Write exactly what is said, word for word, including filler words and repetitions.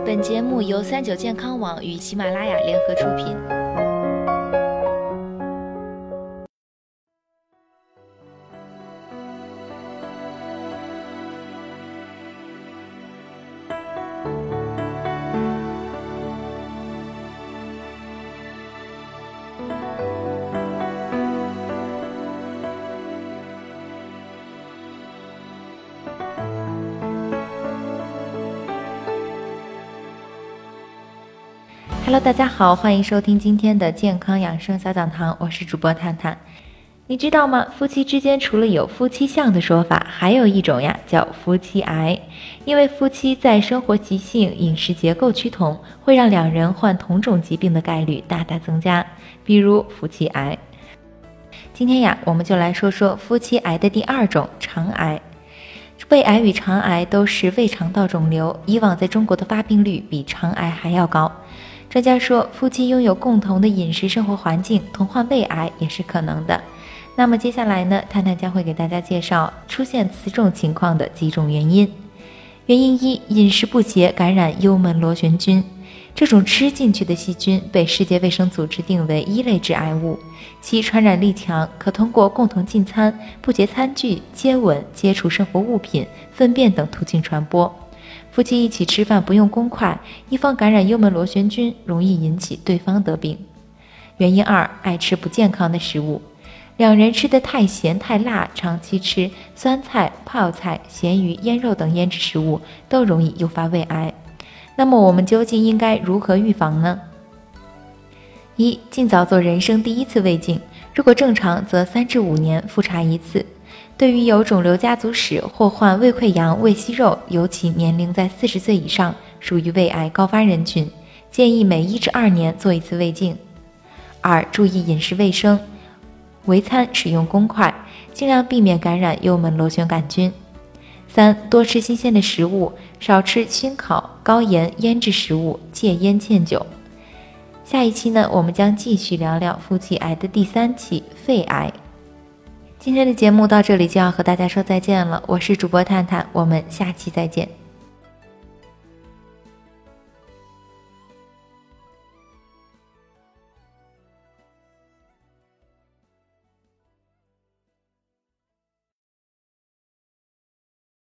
本节目由三九健康网与喜马拉雅联合出品。Hello， 大家好，欢迎收听今天的健康养生小讲堂，我是主播探探。你知道吗？夫妻之间除了有夫妻相的说法，还有一种呀叫夫妻癌。因为夫妻在生活习性、饮食结构趋同，会让两人患同种疾病的概率大大增加，比如夫妻癌。今天呀，我们就来说说夫妻癌的第二种肠癌。胃癌与肠癌都是胃肠道肿瘤，以往在中国的发病率比肠癌还要高。专家说，夫妻拥有共同的饮食生活环境，同患胃癌也是可能的。那么接下来呢，探探将会给大家介绍出现此种情况的几种原因。原因一，饮食不协感染幽门螺旋菌。这种吃进去的细菌被世界卫生组织定为一类致癌物，其传染力强，可通过共同进餐、不洁餐具、接吻、接触生活物品、粪便等途径传播。夫妻一起吃饭不用公筷，一方感染幽门螺旋菌，容易引起对方得病。原因二，爱吃不健康的食物。两人吃得太咸太辣，长期吃酸菜、泡菜、咸鱼、腌肉等腌制食物，都容易诱发胃癌。那么我们究竟应该如何预防呢？一、尽早做人生第一次胃镜，如果正常，则三至五年复查一次。对于有肿瘤家族史或患胃溃疡、胃息肉，尤其年龄在四十岁以上，属于胃癌高发人群，建议每一至二年做一次胃镜。二、注意饮食卫生，围餐使用公筷，尽量避免感染幽门螺旋杆菌。三、多吃新鲜的食物，少吃熏烤、高盐、腌制食物，戒烟限酒。下一期呢，我们将继续聊聊夫妻癌的第三期肺癌。今天的节目到这里就要和大家说再见了，我是主播探探，我们下期再见。